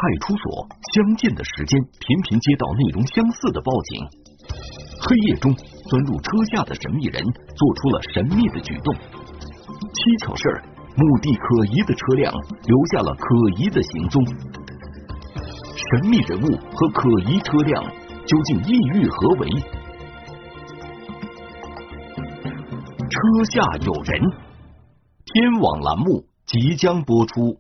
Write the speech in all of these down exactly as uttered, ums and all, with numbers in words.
出所相近的时间频频接到内容相似的报警。黑夜中钻入车下的神秘人做出了神秘的举动。蹊跷是，目的可疑的车辆留下了可疑的行踪。神秘人物和可疑车辆究竟意欲何为？车下有人，天网栏目即将播出。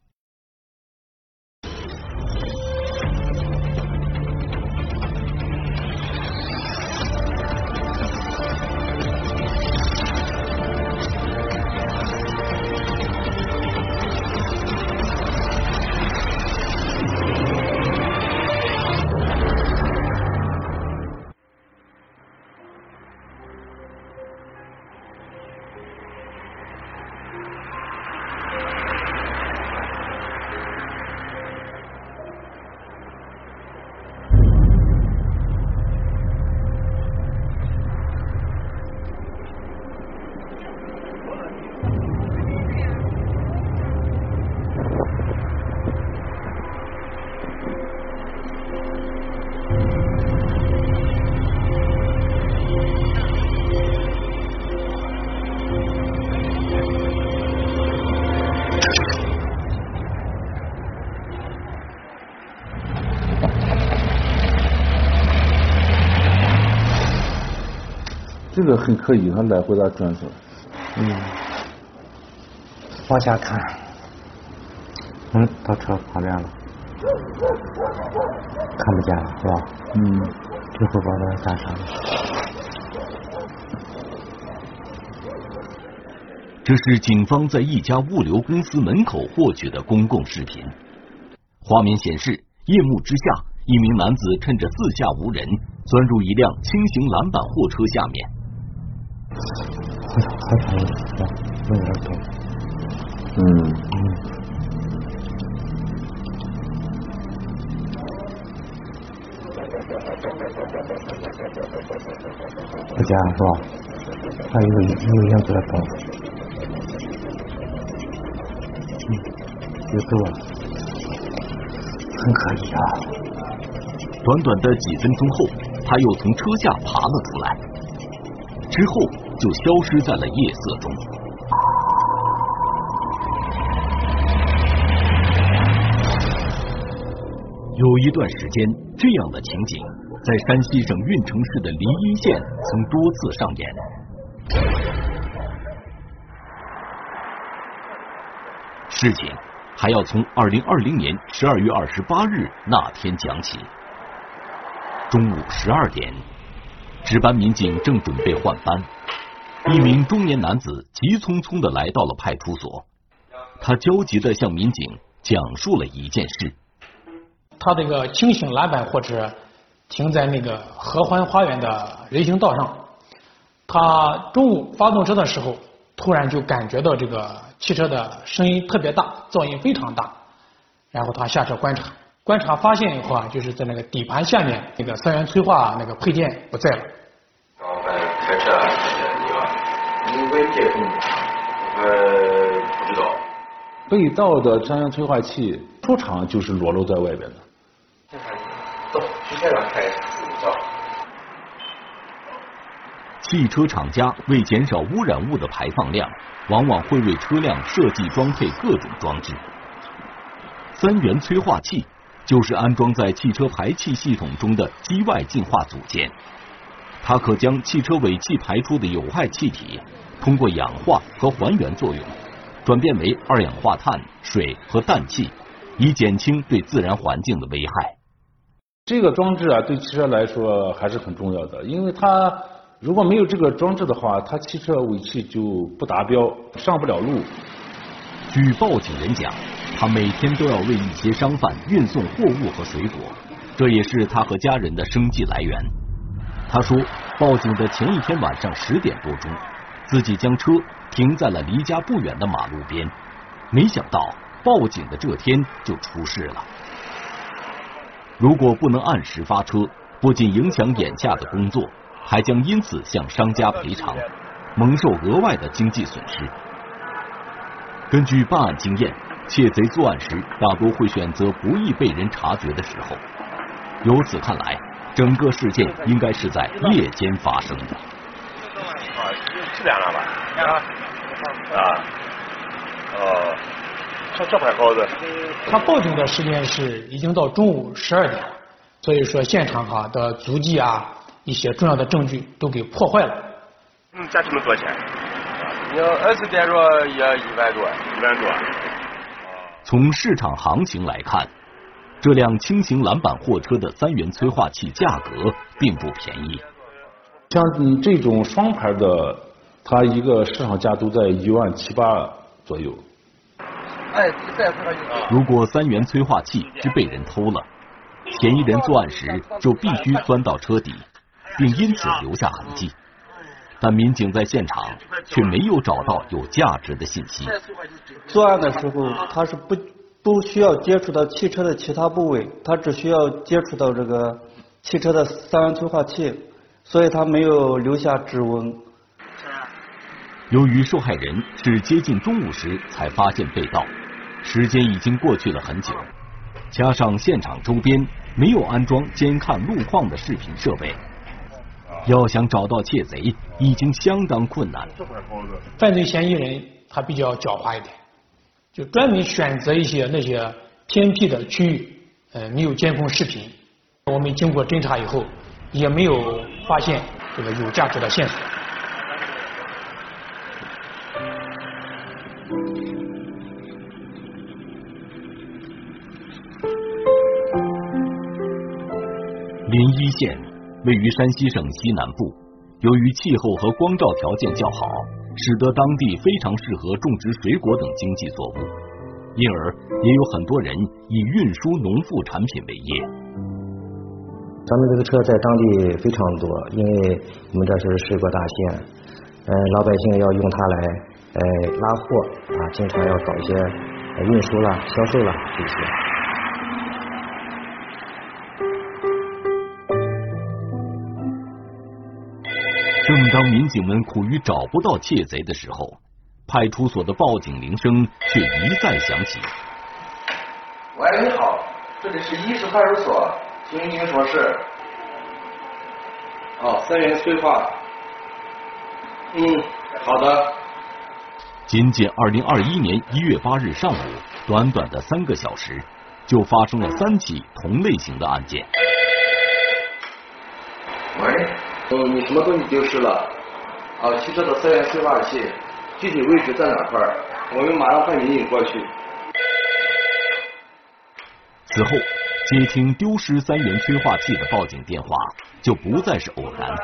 这个很可疑，它来回的转转。 嗯，往下看，嗯，到车旁边了，看不见了是吧？ 嗯， 这会把它干啥了？ 这是警方在一家物流公司门口获取的公共视频。画面显示，夜幕之下，一名男子趁着四下无人，钻入一辆轻型篮板货车下面。 好像有点动。 嗯嗯。不见了是吧？还有一个有影子在动。嗯，有走了，很可疑啊。 短短的几分钟后，他又从车下爬了出来，之后就消失在了夜色中。有一段时间，这样的情景在山西省运城市的临沂县曾多次上演。事情还要从二零二零年十二月二十八日那天讲起。中午十二点，值班民警正准备换班，一名中年男子急匆匆的来到了派出所，他焦急的向民警讲述了一件事。 他这个轻型篮板货车停在那个合欢花园的人行道上，他中午发动车的时候，突然就感觉到这个汽车的声音特别大，噪音非常大，然后他下车观察，观察发现以后啊，就是在那个底盘下面那个三元催化那个配件不在了。 然后开车啊，你吧，因为这种呃不知道。 被盗的三元催化器出厂就是裸露在外边的。 走，去现场开走。 汽车厂家为减少污染物的排放量，往往会为车辆设计装配各种装置。三元催化器就是安装在汽车排气系统中的机外净化组件，它可将汽车尾气排出的有害气体通过氧化和还原作用，转变为二氧化碳、水和氮气，以减轻对自然环境的危害。 这个装置啊，对汽车来说还是很重要的，因为它如果没有这个装置的话，它汽车尾气就不达标，上不了路。 据报警人讲，他每天都要为一些商贩运送货物和水果，这也是他和家人的生计来源。他说，报警的前一天晚上十点多钟，自己将车停在了离家不远的马路边，没想到报警的这天就出事了。如果不能按时发车，不仅影响眼下的工作，还将因此向商家赔偿，蒙受额外的经济损失。根据办案经验， 窃贼作案时大多会选择不易被人察觉的时候。由此看来，整个事件应该是在夜间发生的。 啊，几点了吧？啊啊哦，这这还好的。 他报警的时间是已经到中午十二点了，所以说现场哈的足迹啊，一些重要的证据都给破坏了。 嗯，价钱多少钱？你要二十点着也一万多，一万多。 从市场行情来看，这辆轻型篮板货车的三元催化器价格并不便宜。 像你这种双牌的，它一个市场价都在一万七八左右。 哎，再如果三元催化器是被人偷了，嫌疑人作案时就必须钻到车底，并因此留下痕迹。但民警在现场却没有找到有价值的信息。 作案的时候，他是不不需要接触到汽车的其他部位，他只需要接触到这个汽车的三元催化器，所以他没有留下指纹。 由于受害人是接近中午时才发现被盗，时间已经过去了很久，加上现场周边没有安装监看路况的视频设备，要想找到窃贼已经相当困难。 犯罪嫌疑人他比较狡猾一点，就专门选择一些那些偏僻的区域，呃，没有监控视频。我们经过侦查以后，也没有发现这个有价值的线索。 临沂县位于山西省西南部，由于气候和光照条件较好，使得当地非常适合种植水果等经济作物，因而也有很多人以运输农副产品为业。 咱们这个车在当地非常多，因为我们这是水果大县，呃，老百姓要用它来呃拉货啊，经常要搞一些运输啦、销售啦这些。 正当民警们苦于找不到窃贼的时候，派出所的报警铃声却一再响起。 喂，你好，这里是一市派出所，请您说是。哦，三元催化。嗯，好的。 仅仅二零二一年一月八日上午，短短的三个小时，就发生了三起同类型的案件。 喂。嗯，你什么东西丢失了？啊，汽车的三元催化器，具体位置在哪块儿？我们马上派民警过去。 此后，接听丢失三元催化器的报警电话就不再是偶然。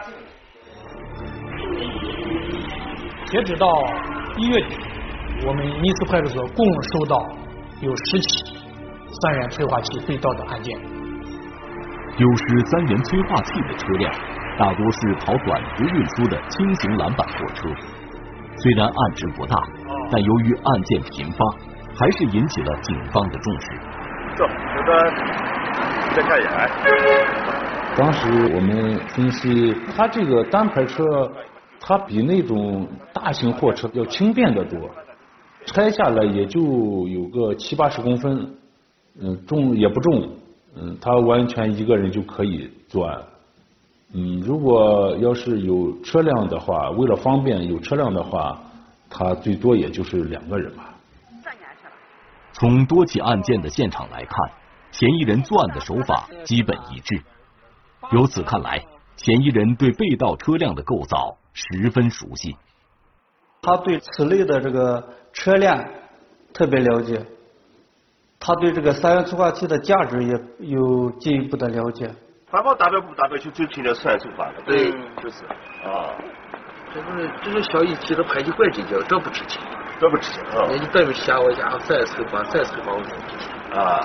截止到一月底，我们沂泗派出所共收到有十起三元催化器被盗的案件。 丢失三元催化器的车辆大多是跑短途运输的轻型篮板货车，虽然案值不大，但由于案件频发，还是引起了警方的重视。 走，这个再看一眼。 当时我们分析，它这个单排车，它比那种大型货车要轻便得多，拆下来也就有个七八十公分，嗯，重也不重，嗯，它完全一个人就可以作案。嗯，如果要是有车辆的话，为了方便有车辆的话，他最多也就是两个人吧。 从多起案件的现场来看，嫌疑人作案的手法基本一致。由此看来，嫌疑人对被盗车辆的构造十分熟悉。 他对此类的这个车辆特别了解，他对这个三元催化器的价值也有进一步的了解。 环保达标不达标就就凭着三元催化了，对，就是啊， 这不是这是小一提的排气怪这叫，这不值钱， 这不值钱啊！ 你对不起啊，我家再催化再催化我才值钱啊。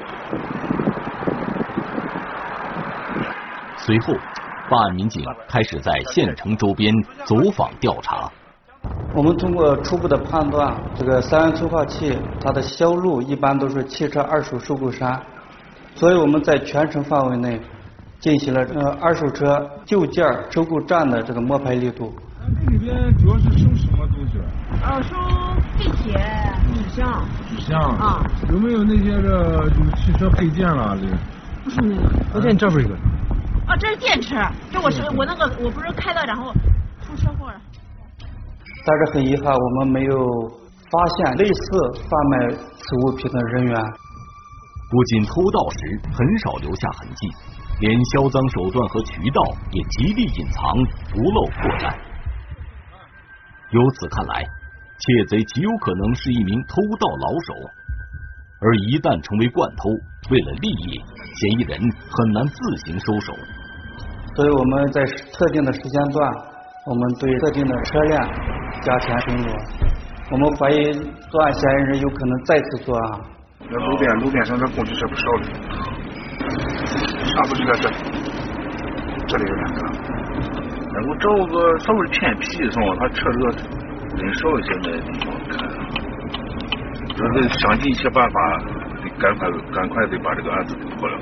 随后，办案民警开始在县城周边走访调查。 我们通过初步的判断，这个三元催化器它的销路一般都是汽车二手收购商，所以我们在全省范围内进行了呃二手车旧件收购站的这个摸排力度。 这里边主要是收什么东西？ 啊，收废铁、 箱。 纸箱啊。 有没有那些个就是汽车配件啦？这个。 不是那个。 那这这边一个。 啊，这是电池，这我是我那个我不是开了然后出车祸了。 但是很遗憾，我们没有发现类似贩卖此物品的人员。 不仅偷盗时很少留下痕迹，连销赃手段和渠道也极力隐藏，不露破绽。由此看来，窃贼极有可能是一名偷盗老手，而一旦成为惯偷，为了利益，嫌疑人很难自行收手。 所以我们在特定的时间段，我们对特定的车辆加强巡逻。我们怀疑作案嫌疑人有可能再次作案。 那路边路边上的工具车不少的，差不多就在这，这里有两个。能够找个稍微偏僻的时候，他车这个人少一些的地方看，就是想尽一切办法，得赶快赶快得把这个案子给破了。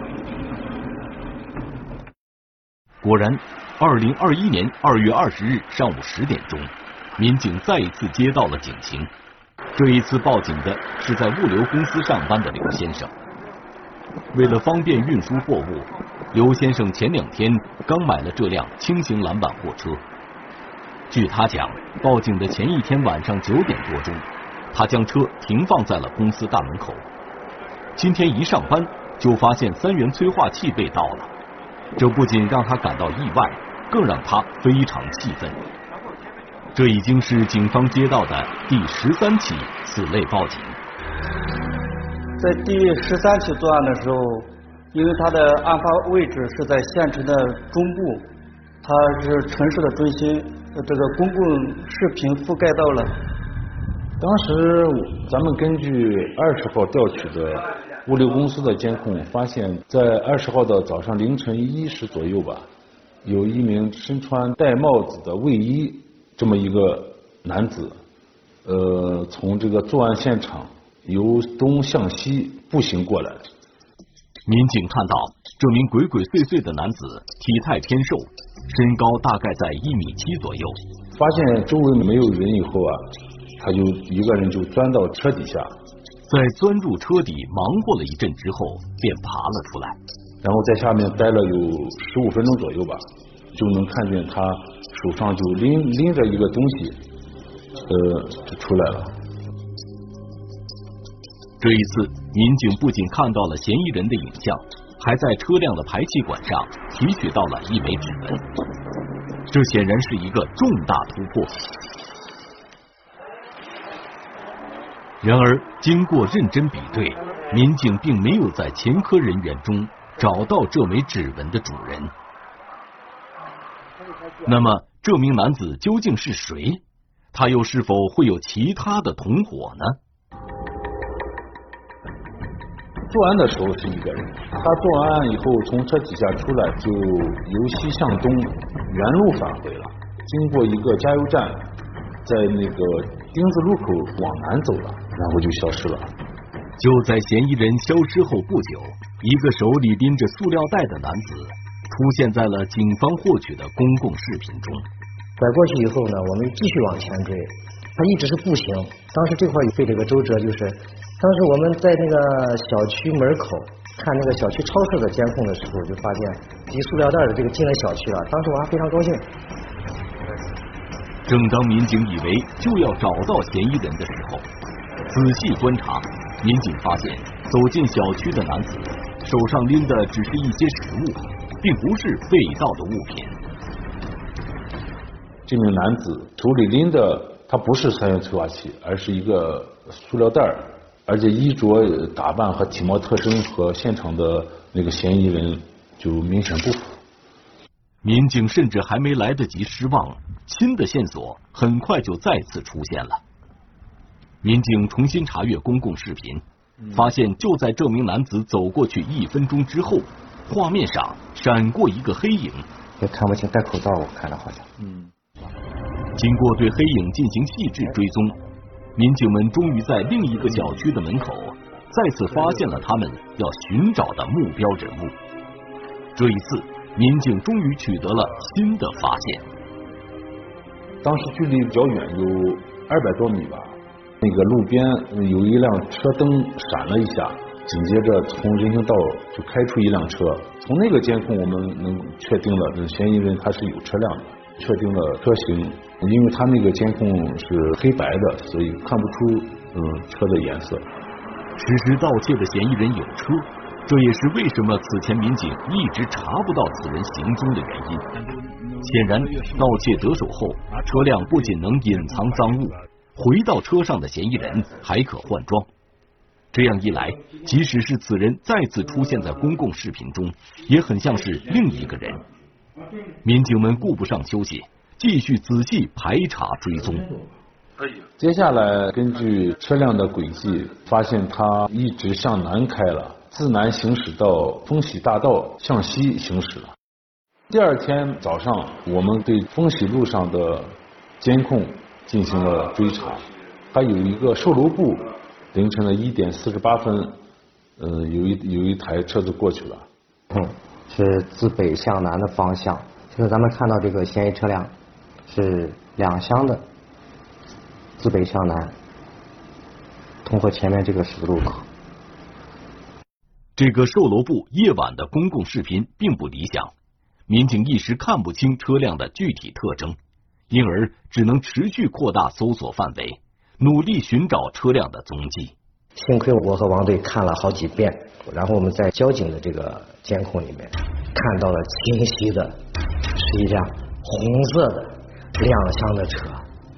果然，二零二一年二月二十日上午十点钟，民警再一次接到了警情。这一次报警的是在物流公司上班的刘先生。为了方便运输货物，刘先生前两天刚买了这辆轻型篮板货车。据他讲，报警的前一天晚上九点多钟，他将车停放在了公司大门口。今天一上班就发现三元催化器被盗了，这不仅让他感到意外，更让他非常气愤。这已经是警方接到的第十三起此类报警。 在第十三起作案的时候，因为它的案发位置是在县城的中部，它是城市的中心，这个公共视频覆盖到了。 当时咱们根据二十号调取的物流公司的监控，发现在二十号的早上凌晨一时左右吧，有一名身穿戴帽子的卫衣这么一个男子，呃，从这个作案现场由东向西步行过来。 民警看到这名鬼鬼祟祟的男子体态偏瘦，身高大概在一米七左右。 发现周围没有人以后啊，他就一个人就钻到车底下， 在钻入车底忙活了一阵之后，便爬了出来， 然后在下面待了有十五分钟左右吧，就能看见他手上就拎拎着一个东西，呃，就出来了。 这一次，民警不仅看到了嫌疑人的影像，还在车辆的排气管上提取到了一枚指纹，这显然是一个重大突破。然而，经过认真比对，民警并没有在前科人员中找到这枚指纹的主人。那么，这名男子究竟是谁？他又是否会有其他的同伙呢？ 作案的时候是一个人，他作案以后从车底下出来，就由西向东原路返回了，经过一个加油站，在那个丁字路口往南走了，然后就消失了。 就在嫌疑人消失后不久，一个手里拎着塑料袋的男子出现在了警方获取的公共视频中。 拐过去以后呢，我们继续往前追，他一直是步行。当时这块费了个周折，就是当时我们在那个小区门口看那个小区超市的监控的时候，就发现提塑料袋的这个进了小区了。当时我还非常高兴。 正当民警以为就要找到嫌疑人的时候，仔细观察，民警发现走进小区的男子手上拎的只是一些食物，并不是被盗的物品。 这名男子手里拎的，他不是三元催化器，而是一个塑料袋，而且衣着打扮和体貌特征和现场的那个嫌疑人就明显不符。 民警甚至还没来得及失望，新的线索很快就再次出现了。民警重新查阅公共视频，发现就在这名男子走过去一分钟之后，画面上闪过一个黑影， 也看不清，戴口罩，我看着好像。 嗯。经过对黑影进行细致追踪，民警们终于在另一个小区的门口再次发现了他们要寻找的目标人物。这一次，民警终于取得了新的发现。 当时距离比较远，有二百多米吧， 那个路边有一辆车灯闪了一下，紧接着从人行道就开出一辆车。从那个监控我们能确定了，这嫌疑人他是有车辆的，确定了车型，因为他那个监控是黑白的，所以看不出嗯车的颜色。 实施盗窃的嫌疑人有车，这也是为什么此前民警一直查不到此人行踪的原因。显然，盗窃得手后，车辆不仅能隐藏赃物，回到车上的嫌疑人还可换装。这样一来，即使是此人再次出现在公共视频中，也很像是另一个人。民警们顾不上休息，继续仔细排查追踪。 接下来根据车辆的轨迹，发现他一直向南开了，自南行驶到丰喜大道向西行驶了。第二天早上，我们对丰喜路上的监控进行了追查，还有一个售楼部，凌晨的一点四十八分，呃，有一有一台车子过去了。 嗯，是自北向南的方向，就是咱们看到这个嫌疑车辆是两厢的，自北向南，通过前面这个十字路口。 这个售楼部夜晚的公共视频并不理想，民警一时看不清车辆的具体特征，因而只能持续扩大搜索范围，努力寻找车辆的踪迹。 幸亏我和王队看了好几遍，然后我们在交警的这个监控里面看到了清晰的是一辆红色的两厢的车。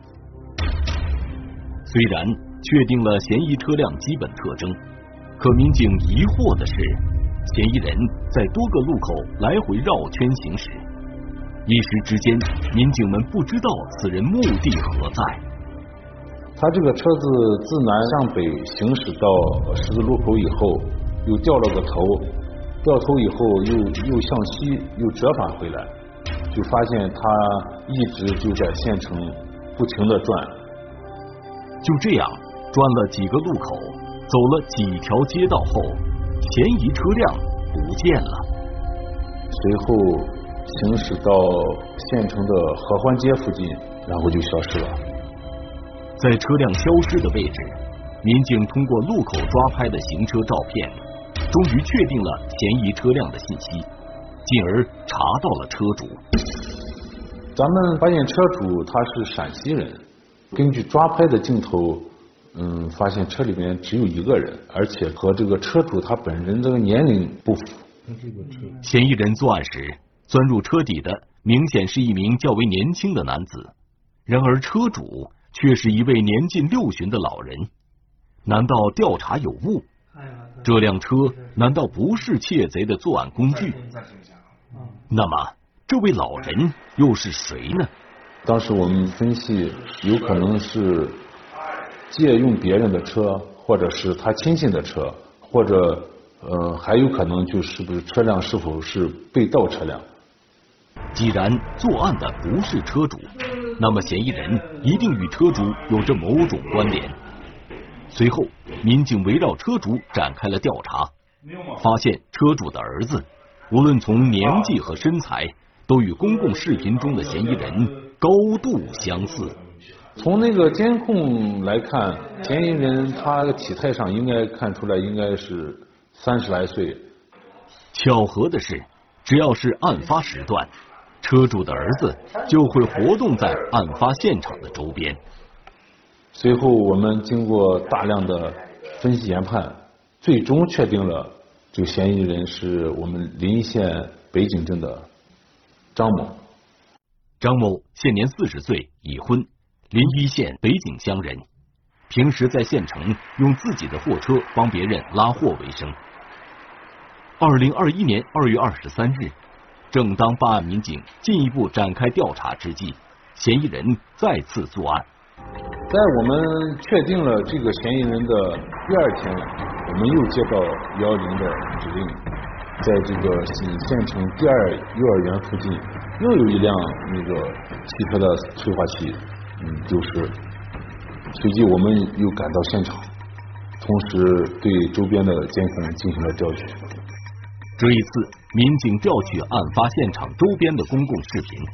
虽然确定了嫌疑车辆基本特征，可民警疑惑的是，嫌疑人在多个路口来回绕圈行驶，一时之间，民警们不知道此人目的何在。 他这个车子自南向北行驶到十字路口以后，又掉了个头，掉头以后又又向西又折返回来，就发现他一直就在县城不停的转。 就这样转了几个路口，走了几条街道后，嫌疑车辆不见了。 随后行驶到县城的合欢街附近，然后就消失了。 在车辆消失的位置，民警通过路口抓拍的行车照片，终于确定了嫌疑车辆的信息，进而查到了车主。 咱们发现车主他是陕西人，根据抓拍的镜头，嗯，发现车里面只有一个人，而且和这个车主他本人这个年龄不符。 嫌疑人作案时钻入车底的明显是一名较为年轻的男子，然而车主却是一位年近六旬的老人。难道调查有误？这辆车难道不是窃贼的作案工具？那么这位老人又是谁呢？ 当时我们分析，有可能是借用别人的车，或者是他亲戚的车，或者呃还有可能就是不是车辆是否是被盗车辆。 既然作案的不是车主，那么嫌疑人一定与车主有着某种关联。随后，民警围绕车主展开了调查，发现车主的儿子无论从年纪和身材，都与公共视频中的嫌疑人高度相似。 从那个监控来看，嫌疑人他的体态上应该看出来应该是三十来岁。 巧合的是，只要是案发时段，车主的儿子就会活动在案发现场的周边。 随后我们经过大量的分析研判，最终确定了这个嫌疑人是我们临沂县北井镇的张某。 张某现年四十岁，已婚，临沂县北井乡人，平时在县城用自己的货车帮别人拉货为生。二零二一年二月二十三日，正当办案民警进一步展开调查之际，嫌疑人再次作案。 在我们确定了这个嫌疑人的第二天，我们又接到幺零的指令，在这个县城第二幼儿园附近又有一辆那个汽车的催化器嗯丢失。随即我们又赶到现场，同时对周边的监控进行了调取。 这一次，民警调取案发现场周边的公共视频，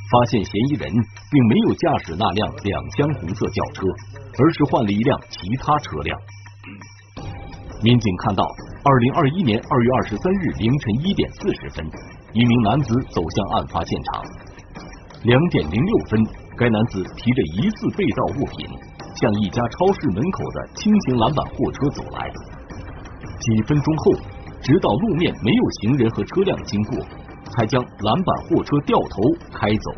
发现嫌疑人并没有驾驶那辆两厢红色轿车，而是换了一辆其他车辆。民警看到，二零二一年二月二十三日凌晨一点四十分，一名男子走向案发现场。两点零六分，该男子提着疑似被盗物品，向一家超市门口的轻型篮板货车走来。几分钟后，直到路面没有行人和车辆经过，才将篮板货车掉头开走。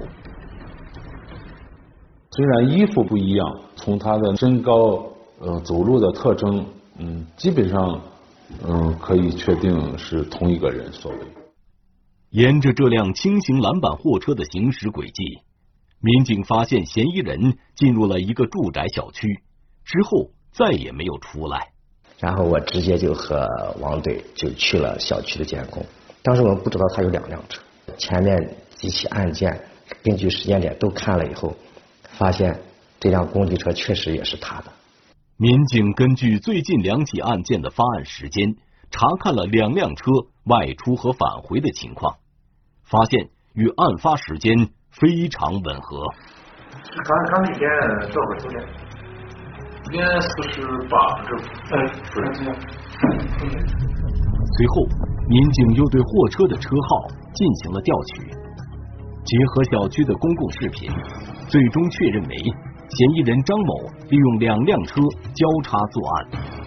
虽然衣服不一样，从他的身高、呃走路的特征，嗯，基本上，嗯，可以确定是同一个人所为。 沿着这辆轻型篮板货车的行驶轨迹，民警发现嫌疑人进入了一个住宅小区，之后再也没有出来。 然后我直接就和王队就去了小区的监控。当时我们不知道他有两辆车，前面几起案件根据时间点都看了以后，发现这辆工具车确实也是他的。 民警根据最近两起案件的发案时间，查看了两辆车外出和返回的情况，发现与案发时间非常吻合。 刚刚那天多少九点？九点四十八，这嗯，不是这样。 随后，民警又对货车的车号进行了调取，结合小区的公共视频，最终确认为嫌疑人张某利用两辆车交叉作案。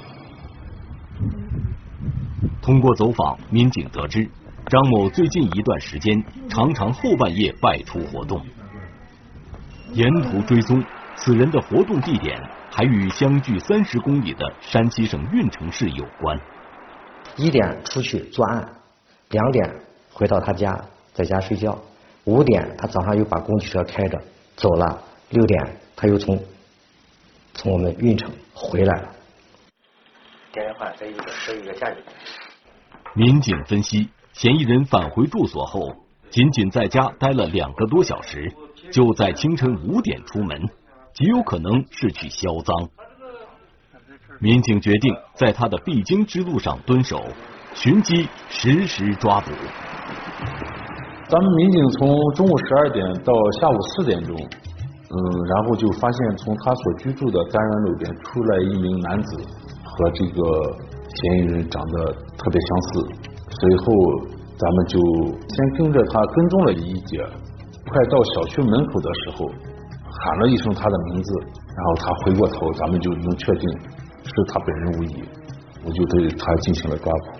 通过走访，民警得知，张某最近一段时间常常后半夜外出活动。沿途追踪，此人的活动地点还与相距三十公里的山西省运城市有关。 一点出去作案，两点回到他家，在家睡觉。五点他早上又把工具车开着走了，六点他又从从我们运城回来了。电话在一个在一个家里。 民警分析，嫌疑人返回住所后，仅仅在家待了两个多小时，就在清晨五点出门，极有可能是去销赃。民警决定在他的必经之路上蹲守，寻机实时抓捕。 咱们民警从中午十二点到下午四点钟，嗯，然后就发现从他所居住的单元路边出来一名男子，和这个嫌疑人长得特别相似。随后咱们就先跟着他跟踪了一节，快到小区门口的时候，喊了一声他的名字，然后他回过头，咱们就能确定是他本人无疑，我就对他进行了抓捕。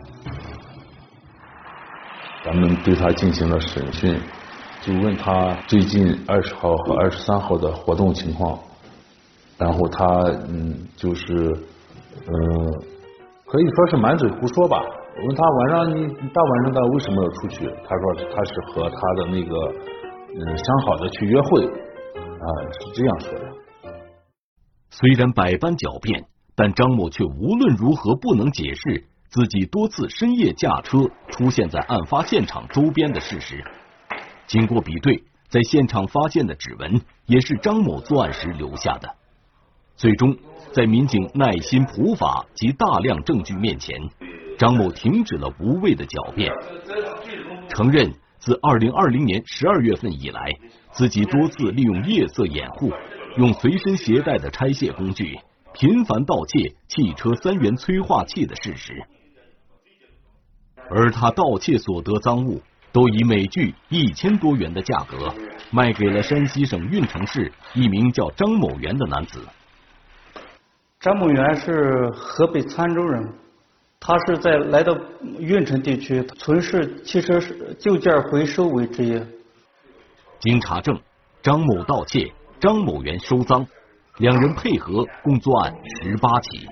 咱们对他进行了审讯，就问他最近二十号和二十三号的活动情况，然后他嗯就是呃可以说是满嘴胡说吧。我问他晚上你大晚上的为什么要出去？他说他是和他的那个嗯相好的去约会啊，是这样说的。 虽然百般狡辩，但张某却无论如何不能解释自己多次深夜驾车出现在案发现场周边的事实。经过比对，在现场发现的指纹也是张某作案时留下的。最终，在民警耐心普法及大量证据面前，张某停止了无谓的狡辩，承认自二零二零年十二月份以来，自己多次利用夜色掩护，用随身携带的拆卸工具频繁盗窃汽车三元催化器的事实。而他盗窃所得赃物都以每具一千多元的价格卖给了山西省运城市一名叫张某元的男子。 张某元是河北沧州人，他是在来到运城地区从事汽车旧件回收为职业。 经查证，张某盗窃，张某元收赃，两人配合共作案十八起。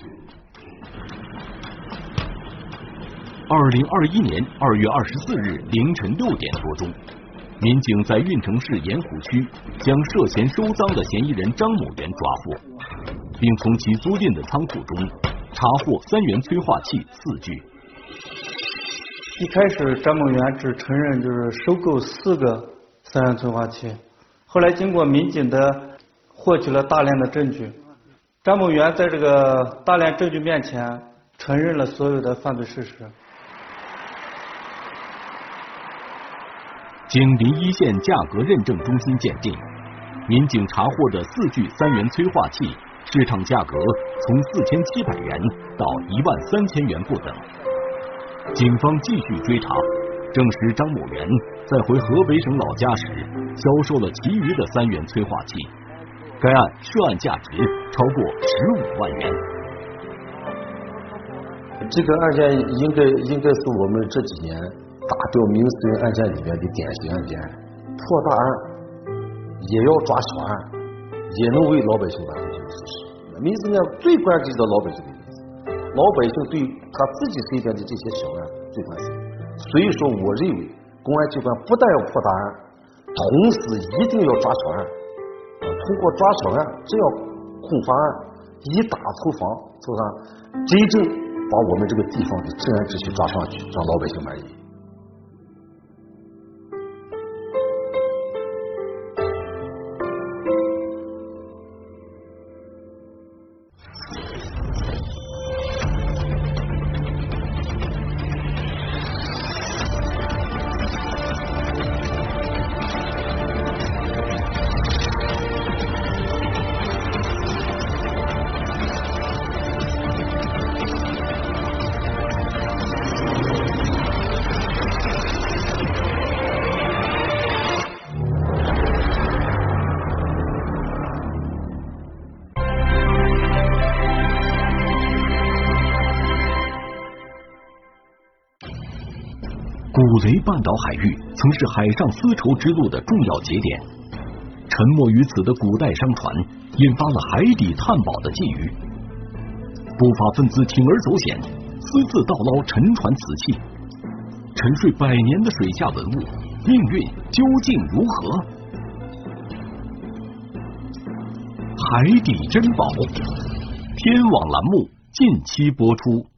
二零二一年二月二十四日凌晨六点多钟，民警在运城市盐湖区将涉嫌收赃的嫌疑人张某元抓获，并从其租赁的仓库中查获三元催化器四具。 一开始张某元只承认就是收购四个三元催化器，后来经过民警的获取了大量的证据，张某元在这个大量证据面前承认了所有的犯罪事实。 经临沂县价格认证中心鉴定，民警查获的四具三元催化器市场价格从四千七百元到一万三千元不等。警方继续追查，证实张某元在回河北省老家时销售了其余的三元催化器，该案涉案价值超过十五万元。 这个案件应该应该是我们这几年打掉民事案件里面的典型案件，破大案也要抓小案，也能为老百姓完成这个事实。民事案最关键的老百姓的意思，老百姓对他自己身边的这些小案最关心。所以说，我认为公安机关不但要破大案，同时一定要抓小案。通过抓小案，这样控发案，以打促防，做上真正把我们这个地方的治安秩序抓上去，让老百姓满意。 古雷半岛海域曾是海上丝绸之路的重要节点，沉没于此的古代商船引发了海底探宝的觊觎。不法分子铤而走险，私自盗捞沉船瓷器，沉睡百年的水下文物，命运究竟如何？海底珍宝，天网栏目近期播出。